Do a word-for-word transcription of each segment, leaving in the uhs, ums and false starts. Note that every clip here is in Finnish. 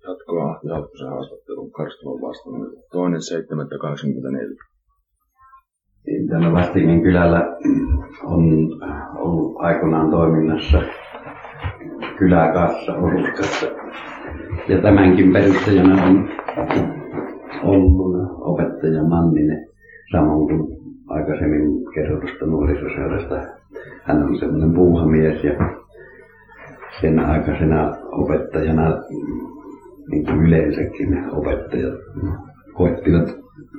Jatkoa Jalkkosen haastattelun Karstulan vastaan toinen seitsemättä kahdeksankymmentäneljä. Täällä Vastingin kylällä on ollut aikoinaan toiminnassa kyläkassa, osuuskassa. Ja tämänkin perustajana on ollut opettaja Manninen, samoin kuin aikaisemmin kerrotusta nuorisoseurasta. Hän on semmoinen puuhamies ja sen aikaisena opettajana, niin kuin yleensäkin opettajat koettivat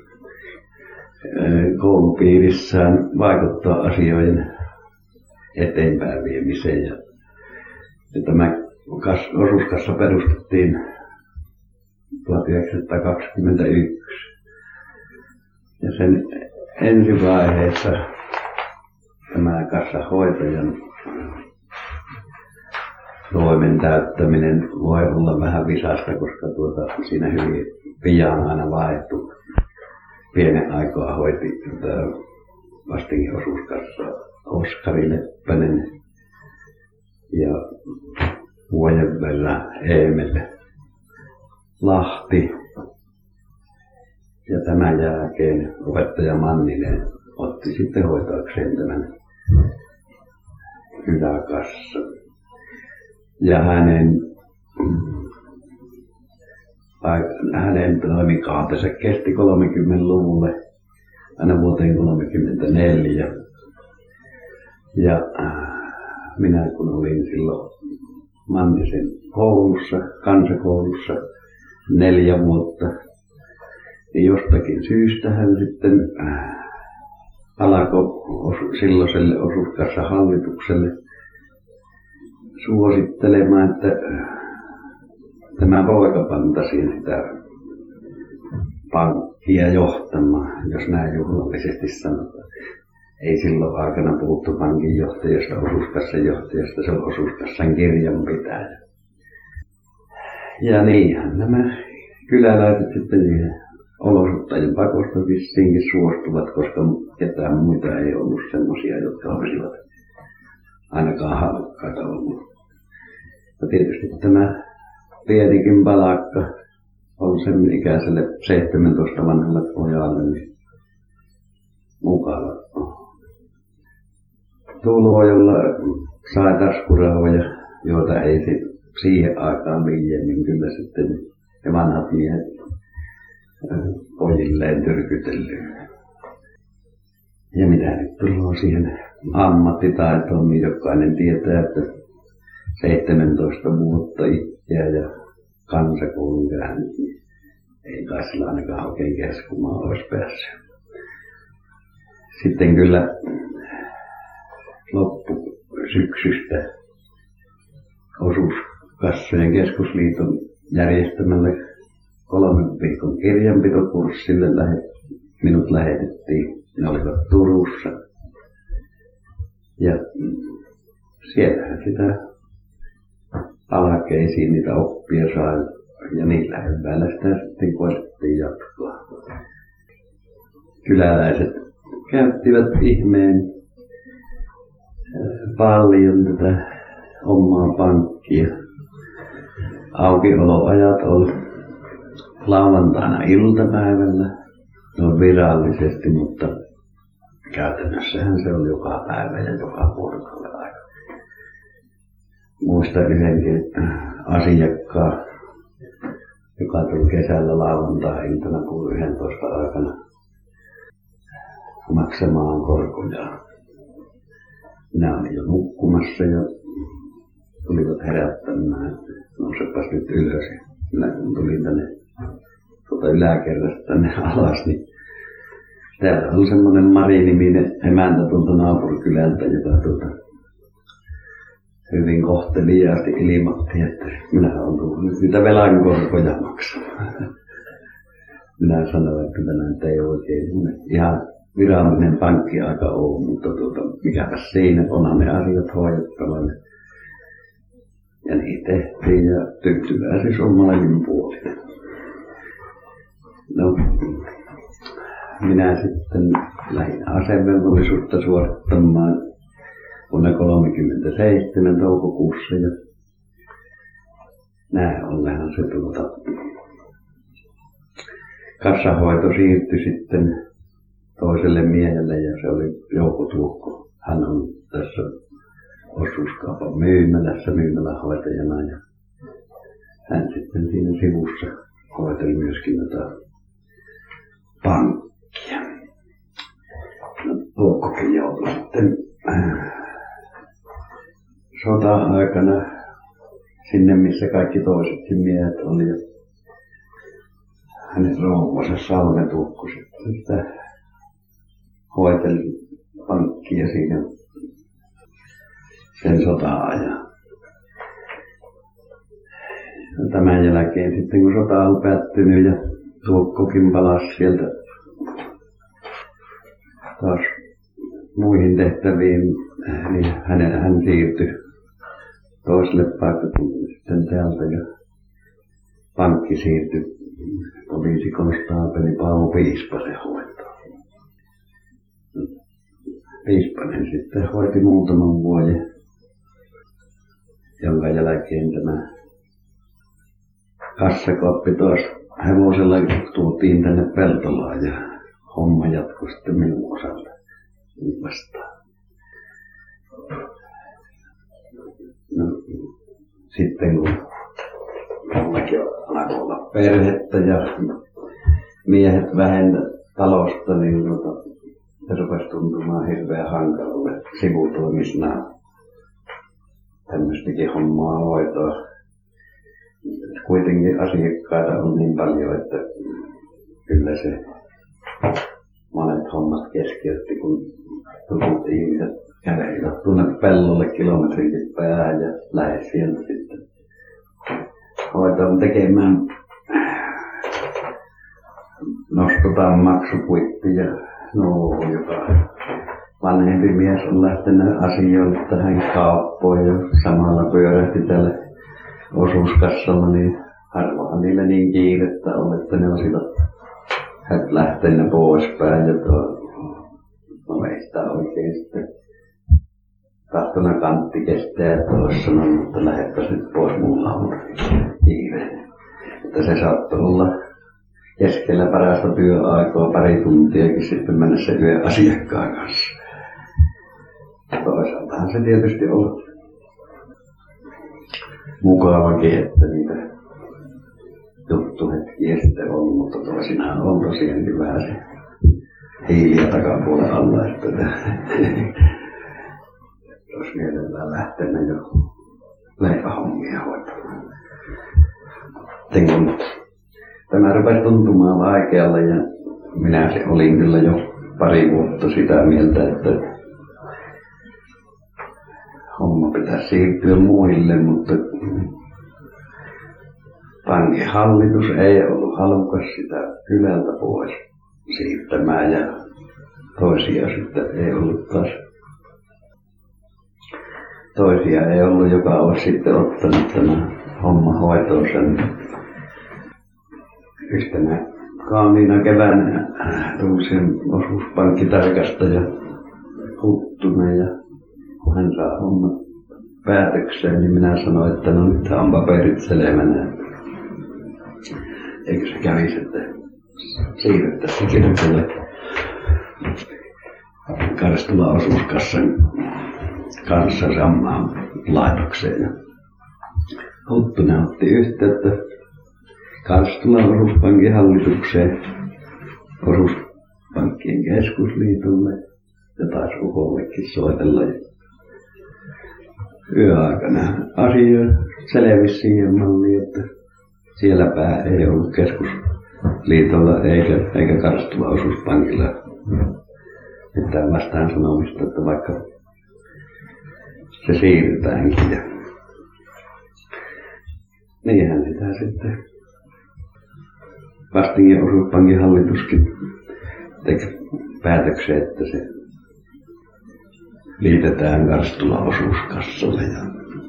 koulupiirissään vaikuttaa asioiden eteenpäin viemiseen. Ja, ja tämä osuuskassa perustettiin tuhatyhdeksänsataakaksikymmentäyksi. Ja sen ensivaiheessa tämä kassahoitajan toimen täyttäminen voi olla vähän visasta, koska tuota, siinä hyvin pian aina vaihtui. Pienen aikaa hoiti Vastingin osuuskassa Oskari Leppänen ja vuoden verran Eemel Lahti. Ja tämän jälkeen opettaja Manninen otti sitten hoitaakseen tämän kyläkassan. Ja hänen, hänen toimikautensa kesti kolmekymmentäluvulle aina vuoteen kolmekymmentäneljä. Ja minä kun olin silloin Mannisen koulussa, kansakoulussa neljä vuotta, niin jostakin syystä hän sitten alkoi silloiselle osuuskassahallitukselle suosittelemaan, että tämä poika pantaisiin sitä pankkia johtamaan, jos näin juhlallisesti sanotaan. Ei silloin aikana puhuttu pankin johtajasta, osuuskassan johtajasta, se on osuuskassan kirjanpitäjä. Ja niinhän nämä kyläläiset sitten olosuhteiden pakosta vissiinkin suostuvat, koska ketään muita ei ollut semmoisia, jotka olisivat ainakaan halukkaita ollut. Ja tietysti tämä pienikin palakka on sen ikäiselle seitsemäntoista vanhalle pojalle niin mukava tuloa, jolla sai taskurahoja, joita ei siihen aikaan liiemmin kyllä sitten ne vanhat miehet pojilleen tyrkytellyt. Ja mitä nyt tulee siihen ammattitaitoon, niin jokainen tietää, että seitsemäntoista vuotta ikää ja kansakoulun käynyt, niin ei kai sillä ainakaan oikein keskumaan olisi päässyt. Sitten kyllä loppusyksystä osuuskassojen keskusliiton järjestämälle kolmen viikon kirjanpitokurssille minut lähetettiin. Ne olivat Turussa. Ja siellähän sitä alkeisiin niitä oppia sai ja niillä hyvällä sitä sitten koettiin jatkaa. Kyläläiset käyttivät ihmeen paljon tätä omaa pankkia. Aukioloajat oli lauantaina iltapäivällä, no virallisesti, mutta käytännössähän se oli joka päivä ja joka vuorokauden aika. Muistan yhdenkin asiakkaan, joka tuli kesällä lauantai-iltana puoli yksitoista aikana maksamaan korkoja. Minä olin jo nukkumassa ja tulivat herättämään, että nousepas nyt ylös. Minä kun tulin tänne tuota yläkerrasta tänne alas, niin täällä oli semmoinen Mari-niminen emäntä tuolta naapurikylältä, joka tuota hyvin kohteliaasti ilmoitti, että minä olen tullut nyt niitä velan korkoja maksamaan. Minä sanoin, että tämä ei oikein ihan virallinen pankkiaika ole, mutta tuota, mikäpäs siinä, onhan ne asiat hoidettavana. Ja niin tehtiin ja tyytyväisyys on molemmin puolin. No, minä sitten lähdin asevelvollisuutta suorittamaan vuonna tuhatyhdeksänsataakolmekymmentäseitsemän toukokuussa. Ja näin ollenhan se tuota kassahoito siirtyi sitten toiselle miehelle ja se oli Jouko Tuokko. Hän on tässä osuuskaupan myymälässä myymälähoitajana ja hän sitten siinä sivussa hoiteli myöskin tätä pankkia. No, Tuokkokin joutui sitten äh, sota-aikana sinne, missä kaikki toisetkin miehet oli. Ja hänen rouvansa Salme Tuokko sitten sitä hoiteli pankkia siinä sen sota-ajan. Tämän jälkeen sitten kun sota on päättynyt ja Tuokkokin palasi sieltä taas muihin tehtäviin, niin hänen, hän siirtyi toiselle paikkakunnalle sitten täältä ja pankki siirtyi poliisikonstaapeli Paavo Piispasen hoitoon. Piispanen sitten hoiti muutaman vuoden, jonka jälkeen tämä kassakaappi taas hevosella tuotiin tänne Peltolaan ja homma jatkui sitten minun osalta vastaan. No, sitten kun mullakin alkoi olla perhettä ja miehet vähentä talosta, niin tuota, se rupesi tuntumaan hirveän hankalalle sivutoimisena tämmöistäkin hommaa hoitoa. Kuitenkin asiakkaita on niin paljon, että kyllä se monet hommat keskeytti, kun tutut ihmiset kävelivät tuonne pellolle kilometrinkin päähän ja lähes sieltä sitten hoitoon tekemään. Nostetaan maksukuitti ja no, joka vanhempi mies on lähtenyt asioille tähän kauppoon ja samalla pyörähti tälle osuuskassalla, niin harvoin niillä niin kiirettä on, että ne olisivat lähtenyt poispäin ja tuo, no ei sitä oikein sitten tahtona kantti kestää, että olisi sanonut, että lähettäisi nyt pois mulla on kiire. Että se saattoi olla keskellä parasta työaikaa pari tuntiakin sitten mennä se yhden asiakkaan kanssa. Toisaaltahan se tietysti on mukavakin, että niitä juttuhetkiä sitten on, mutta toisinaan on tosiaankin vähän se hiiliä takapuolen alla, että jos mielellään lähtenyt jo leipähommia hoitamaan. Sitten kun tämä rupesi tuntumaan vaikealle ja minä se olin kyllä jo pari vuotta sitä mieltä, että homma pitäisi siirtyä muille, mutta pankin hallitus ei ollut halukas sitä Yleltä pois siirtämään ja toisia sitten ei ollut taas. Toisia ei ollut, joka olisi sitten ottanut tämä homma hoitoon sen yhtenä kauniina keväänä tuli sen osuuspankkitarkastaja Huttunen ja kun hän saa hommat päätökseen, niin minä sanoin, että no nyt on paperit selvänä. Eikö se kävisi, että siirrettäisiin sinne tuolle Karstulan osuuskassan kanssa samaan laitokseen. Ja Huttunen otti yhteyttä Karstulan osuuspankin hallitukseen, osuuspankkien keskusliitolle ja taas Ukollekin soitella. Yöaikana asia selvisi siihen malliin, että sielläpä ei ollut keskusliitolla eikä, eikä Karstulan osuuspankilla mitään vastaan sanomista, että vaikka se siirrytäänkin. Ja niinhän sitä sitten Vastingin osuuspankin hallituskin teki päätöksen, että se liitetään Karstulan osuuskassalle ja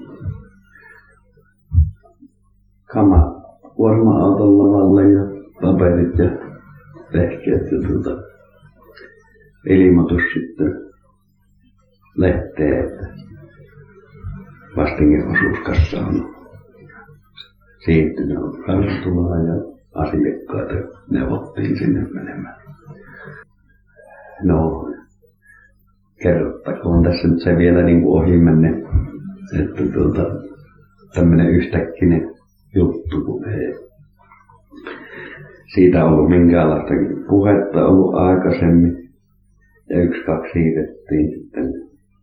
kama kuorma-auton lavalle ja paperit ja vehkeet ja tuota, ilmoitus sitten lehteen, että Vastingin osuuskassa on siirtynyt Karstulaan ja asiakkaita neuvottiin sinne menemään. No, kerrottakoon tässä nyt se vielä niin kuin ohi menne, että tuota, tämmöinen yhtäkkinen juttu, kun ei siitä ollut minkäänlaista puhetta ollut aikaisemmin. Ja yksi, kaksi siirrettiin sitten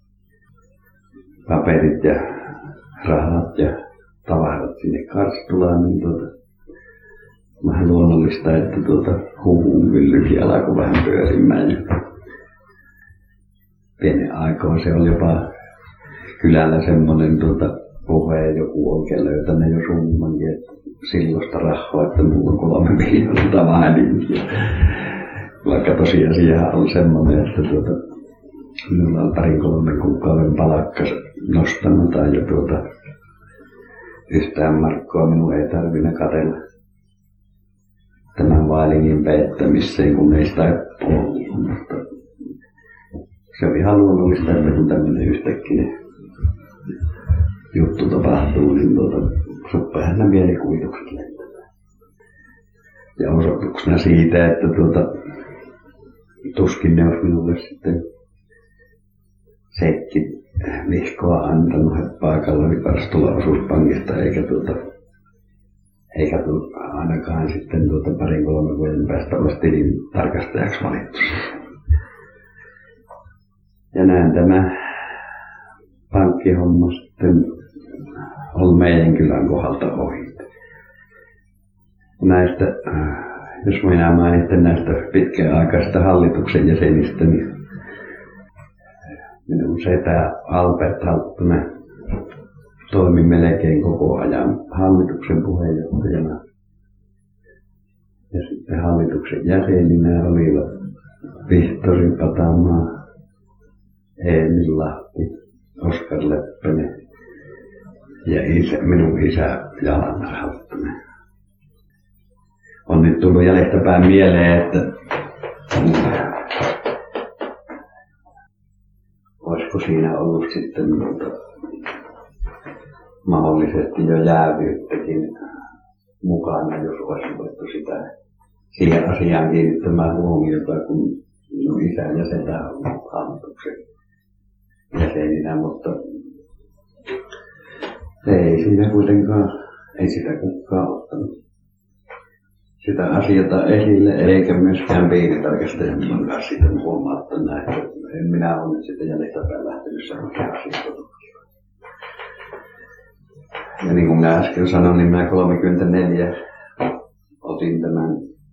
paperit ja rahat ja tavarat sinne Karstulaan, niin tuota, vähän luonnollista, että tuota huhun myllykin alkoi vähän pyörimään. Pienen aikaa se oli jopa kylällä semmoinen tuota puhe, joku oikein löytänyt jo summankin, että silloista rahaa, että mulla on kolme miljoonaa vaadinkin. Vaikka tosiasia on semmoinen, että tuota, minulla on parin kolmen kuukauden palakka nostanut tai jo tuota, yhtään markkoa minun ei tarvinnut katsella tämän vailingin peittämiseen, kun ei sitä ollut. Mutta se on ihan luonnollista, että kun tämmöinen yhtäkkinen juttu tapahtuu, niin tuota, suppeahan nämä mielikuvitukset lentämään. Ja osoituksena siitä, että tuota, tuskin ne olisi minulle sitten seitkin vihkoa antanut, että paikalla oli Karstulan osuuspankista, eikä, tuota, eikä tuota, ainakaan sitten tuota parin kolmen vuoden päästä olisi tilin tarkastajaksi valittu. Ja näin tämä pankkihomma sitten on meidän kylän kohdalta ohi. Näistä, jos minä mainitsen näistä pitkäaikaisista hallituksen jäsenistä, niin minun setä Albert Halttunen toimi melkein koko ajan hallituksen puheenjohtajana. Ja sitten hallituksen jäseninä olivat Vihtori Patamaa, Emil Lahti, Oskar Leppänen ja isä, minun isä Jalmar Halttunen. On nyt tullut jäljestäpäin mieleen, että olisiko siinä ollut sitten muuta, mahdollisesti jo jäävyyttäkin mukana, jos olisi voitu sitä siihen asiaan kiinnittämään huomiota, kun minun isä ja setä on hallituksen jäseninä, mutta ei siinä kuitenkaan, ei sitä kukaan ottanut sitä asiaa esille, eikä myöskään piiritarkastajan kanssa siitä huomauttana, että en minä ole nyt sitten jäljestäpäin lähtenyt semmoisia asioita tutkimaan. Ja niin kuin minä äsken sanoin, niin minä kolmekymmentäneljä otin tämän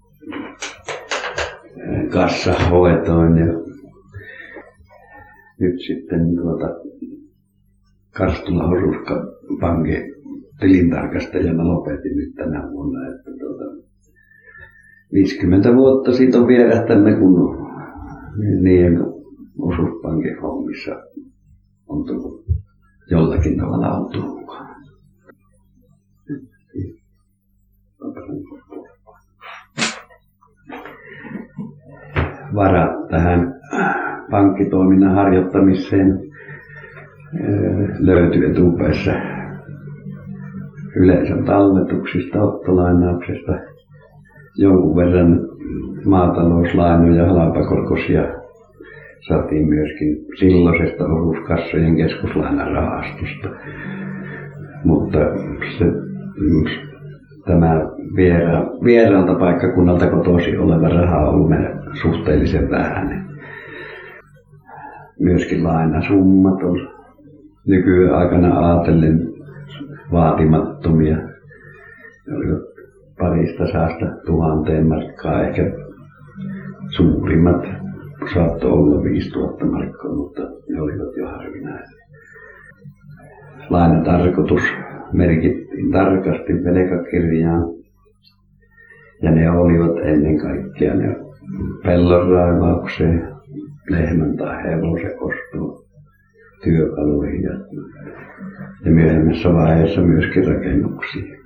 kassahoitoon ja nyt sitten tuota Karstulan osuuspankin tilintarkastajana lopetin nyt tänä vuonna, että tuota viisikymmentä vuotta siitä on vierähtänyt, kun niin osuuspankin hommissa on tullut jollakin tavalla oltu mukaan. Varat tähän pankkitoiminnan harjoittamiseen löytyy etupäässä yleisön talletuksista, ottolainauksesta, jonkun verran maatalouslainoja, halpakorkoisia saatiin myöskin silloisesta osuuskassojen keskuslainarahastosta. Mutta se, tämä viera, vieraalta paikkakunnalta kotoisin oleva raha on ollut meidän suhteellisen vähän. Myöskin lainasummat on nykyaikana ajatellen vaatimattomia. Ne olivat parista saasta tuhanteen markkaa, ehkä suurimmat saattoi olla viisituhatta markkaa, mutta ne olivat jo harvinaisia. Lainatarkoitus merkittiin tarkasti velkakirjaan ja ne olivat ennen kaikkea ne pellon raivaukseen, lehmän tai hevosen ostoon, työkaluihin ja, ja myöhemmässä vaiheessa myöskin rakennuksiin.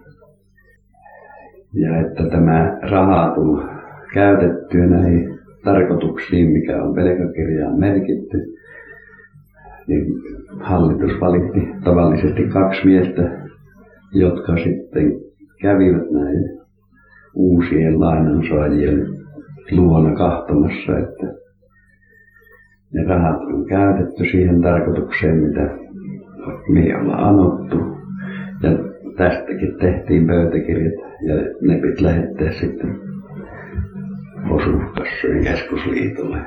Ja että tämä raha tuli käytettyä näihin tarkoituksiin, mikä on velkakirjaan merkitty, niin hallitus valitti tavallisesti kaksi miestä, jotka sitten kävivät näin uusien lainansaajien luona katsomassa, että ne rahat on käytetty siihen tarkoitukseen, mitä mihin ollaan anottu. Ja tästäkin tehtiin pöytäkirjat ja ne piti lähettää sitten osuuskassojen keskusliitolle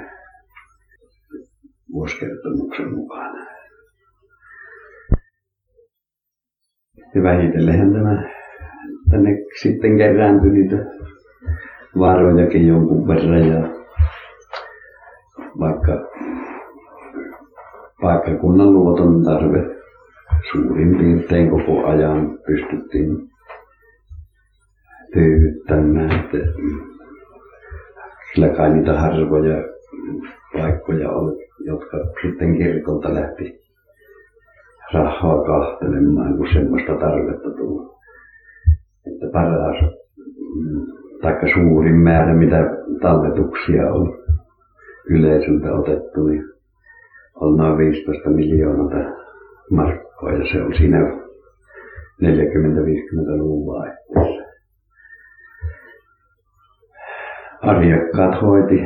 vuosikertomuksen mukana. Ja vähitellehän tämä tänne sitten kerääntyi niitä varojakin jonkun verran ja vaikka paikkakunnan luoton tarve suurin piirtein koko ajan pystyttiin tyydyttämään, että kyllä kai niitä harvoja paikkoja oli, jotka sitten kirkolta lähti rahaa kahtelemaan, kun semmoista tarvetta tuli. Että paras, taikka suurin määrä, mitä talletuksia on yleisöltä otettu, niin on noin viisitoista miljoonaa markkoa, ja se on siinä neljäkymmentä-viisikymmentäluvun vaihteessa. Asiakkaat hoiti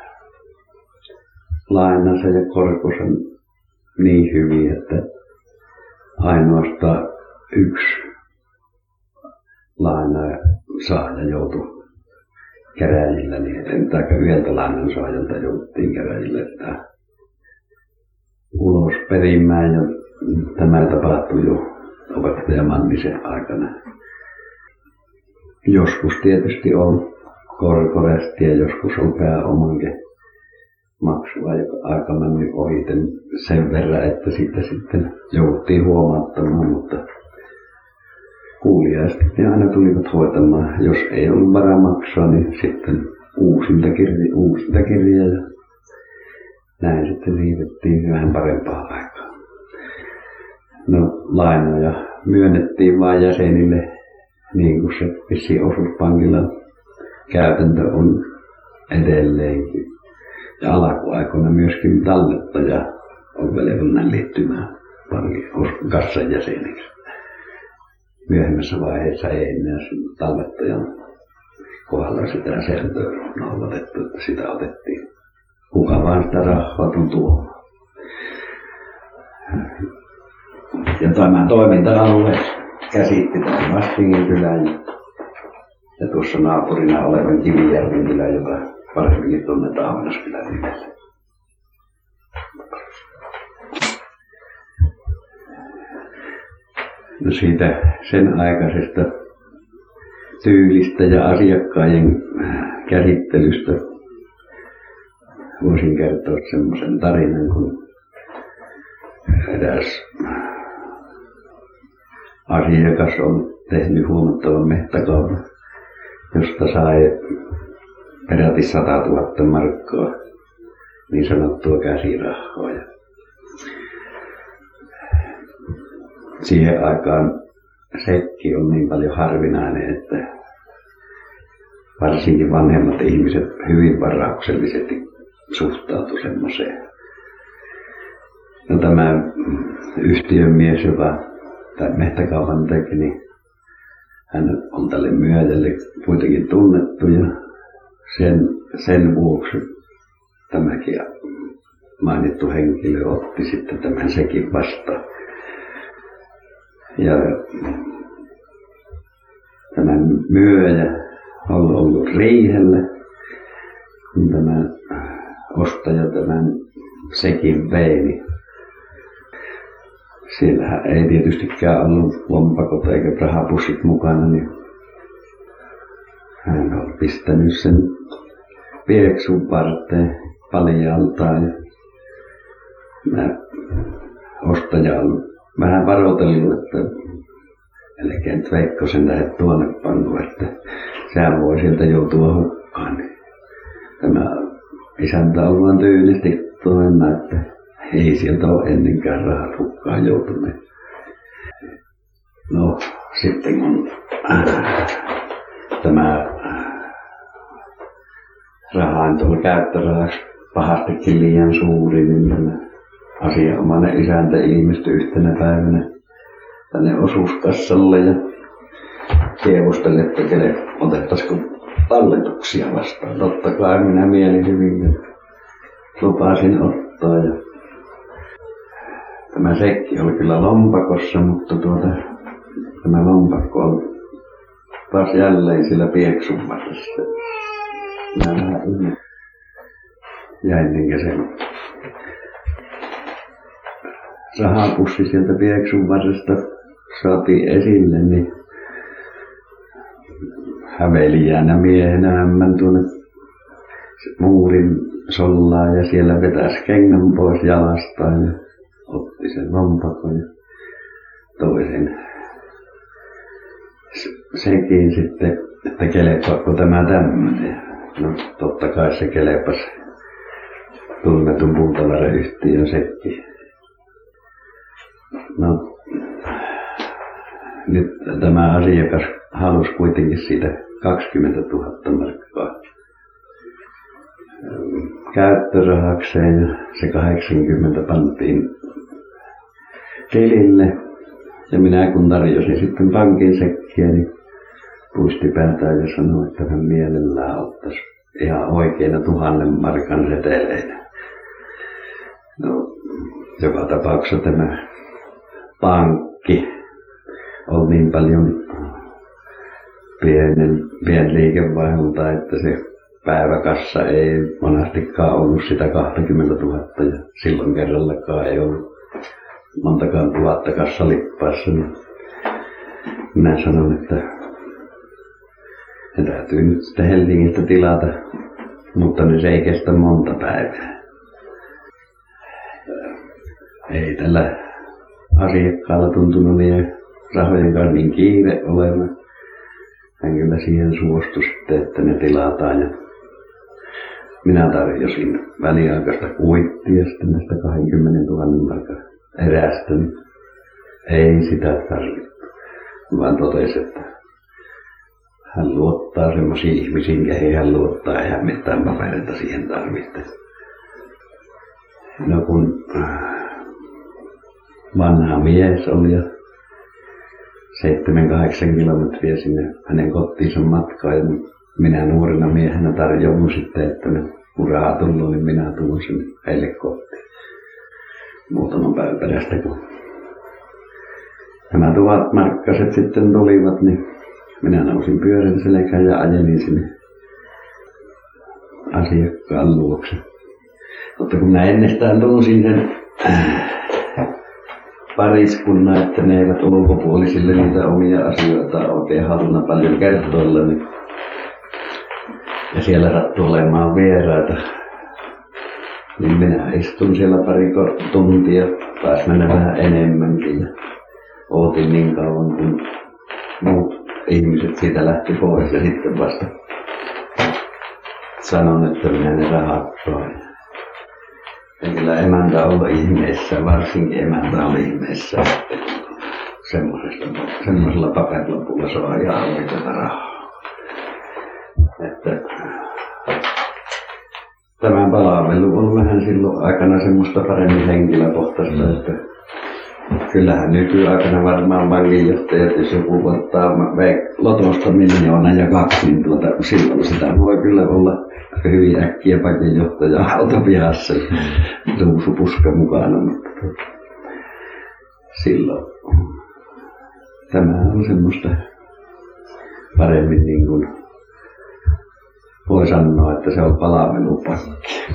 lainansa ja korkonsa niin hyvin, että ainoastaan yksi lainaa saaja joutui käräjillä, niin tai yhdeltä lainan saajalta jouttiin käräjille, että ulos perimään, ja tämä tapahtui jo opettaja Mannisen aikana. Joskus tietysti on korkoresti ja joskus on pääomankin maksuaika mennyt ohiten sen verran, että siitä sitten jouduttiin huomauttamaan, mutta kuulijaiset ne aina tulivat hoitamaan. Jos ei ollut varaa maksaa, niin sitten uusinta kirja, uusinta kirja ja näin sitten siirrettiin vähän parempaa aikaa. No, lainoja myönnettiin vain jäsenille, niin kuin se vissiin osuuspankilla käytäntö on edelleenkin. Ja alkuaikoina myöskin tallettaja on velvollinen liittymään pankin kassan jäseniksi. Myöhemmässä vaiheessa ei enää tallettajan kohdalla sitä sääntöä noudatettu, että sitä otettiin. Kuka vaan sitä rahaa tuntuu. Ja tämä toiminta-alue käsitti tämän Vassingin kylän ja tuossa naapurina olevan Kivijärven kylän, joka paremminkin tunnetaan Ahvenaskylän nimellä. No siitä sen aikaisesta tyylistä ja asiakkaiden käsittelystä voisin kertoa semmoisen tarinan, kun eräs asiakas on tehnyt huomattavan metsäkaupan, josta sai peräti satatuhatta markkaa niin sanottua käsirahaa. Siihen aikaan sekki on niin paljon harvinainen, että varsinkin vanhemmat ihmiset hyvin varauksellisesti suhtautuivat semmoiseen. No, tämä yhtiön mies, joka tämän metsäkaupan teki, niin hän on tälle myöjälle kuitenkin tunnettu ja sen, sen vuoksi tämäkin mainittu henkilö otti sitten tämän sekin vastaan. Ja tämä myöjä on ollut riihellä, kun tämä ostaja tämän sekin vei, niin siellähän ei tietystikään ollut lompakot eikä rahapussit mukana, niin hän on pistänyt sen pieksun varteen paljaltaan. Ja ostaja on vähän varoitellut, että melkein Veikkosen lähdet tuonne pannu, että sehän voi sieltä joutua hukkaan. Tämä isäntä on vaan tyylisti toina, että ei sieltä ole ennenkään rahat hukkaan joutuneet. No, sitten kun äh, tämä rahan tuolla käyttörahaksi pahastikin liian suuri, niin tämä asianomainen isäntä ilmestyi yhtenä päivänä tänne osuuskassalle ja tiedusteli, että kelle otettaisiko talletuksia vastaan. Totta kai minä mieli hyvin lupasin ottaa. Ja tämä sekki oli kyllä lompakossa, mutta tuota, tämä lompakko on taas jälleen sillä pieksun varressa. Minä vähän jäin niinkä sen rahapussi sieltä pieksun varresta saatiin esille, niin häveliäänä miehenä hämmän tuonne muurin sollaan ja siellä vetäisi kengän pois jalastaan ja otti sen lompakon ja toi sen sekin sitten, että kelepaako tämä tämmöinen. No totta kai se kelepas tunnetun puutavarayhtiön sekki. No nyt tämä asiakas halusi kuitenkin siitä kaksikymmentätuhatta markkaa käyttörahakseen ja se kahdeksankymmentä pantiin tilille. Ja minä kun tarjosin sitten pankin sekkiä, niin puisti päätään ja sanoi, että hän mielellään ottaisi ihan oikeina tuhannen markan seteleinä. No, joka tapauksessa tämä pankki on niin paljon pienen, pien liikevaihdolta, että se päiväkassa ei monastikaan ollut sitä kaksikymmentätuhatta ja silloin kerrallakaan ei ollut montakaan tuhatta kassalippaassa. Niin minä sanon, että ne täytyy nyt sitten Helsingistä tilata, mutta ne se ei kestä monta päivää. Ei tällä asiakkaalla tuntunut niin rahojen kanssa niin kiire olevan. Hän kyllä siihen suostui sitten, että ne tilataan. Ja minä tarjosin väliaikaista kuittia sitten näistä kaksikymmentätuhatta markan erästä. Niin ei sitä tarvittu, vaan totesi, että hän luottaa semmoisiin ihmisiin, keihin hän luottaa, ei hän mitään papereita siihen tarvitse. No kun vanha mies oli ja seitsemän kahdeksan kilometriä sinne hänen kotiinsa matkaa ja minä nuorena miehenä tarjoudun sitten, että kun rahaa tullut, niin minä tulen sinne heille kotiin. Muutaman päivän perästä, kun nämä tuhat markkaset sitten tulivat, niin minä nousin pyörän selkään ja ajelin sinne asiakkaan luokse. Mutta kun minä ennestään tunsin sen pariskunnan, että ne eivät ulkopuolisille niitä omia asioita oikein halunnut paljon kertoilla, niin ja siellä sattui olemaan vieraita, niin minä istun siellä pari tuntia, taas mennä vähän enemmänkin ja ootin niin kauan, kun muut ihmiset siitä lähti pois ja sitten vasta sanon, että minä ne rahat toin. Ja kyllä emäntä oli ihmeessä, varsinkin emäntä oli ihmeessä, että semmoisella paperilopulla saa ihan oikeata rahaa. Että tämä palvelu on vähän silloin aikana semmoista paremmin henkilökohtaista, että kyllähän nykyaikana varmaan pankinjohtajat, jos joku ottaa lotosta miljoona ja kaksi, niin tuota, silloin sitä voi kyllä olla hyvin äkkiä pankinjohtaja autopihassa ruusupuska mukana, mutta silloin tämä on semmoista paremmin niin kuin voi sanoa, että se on palvelupakki.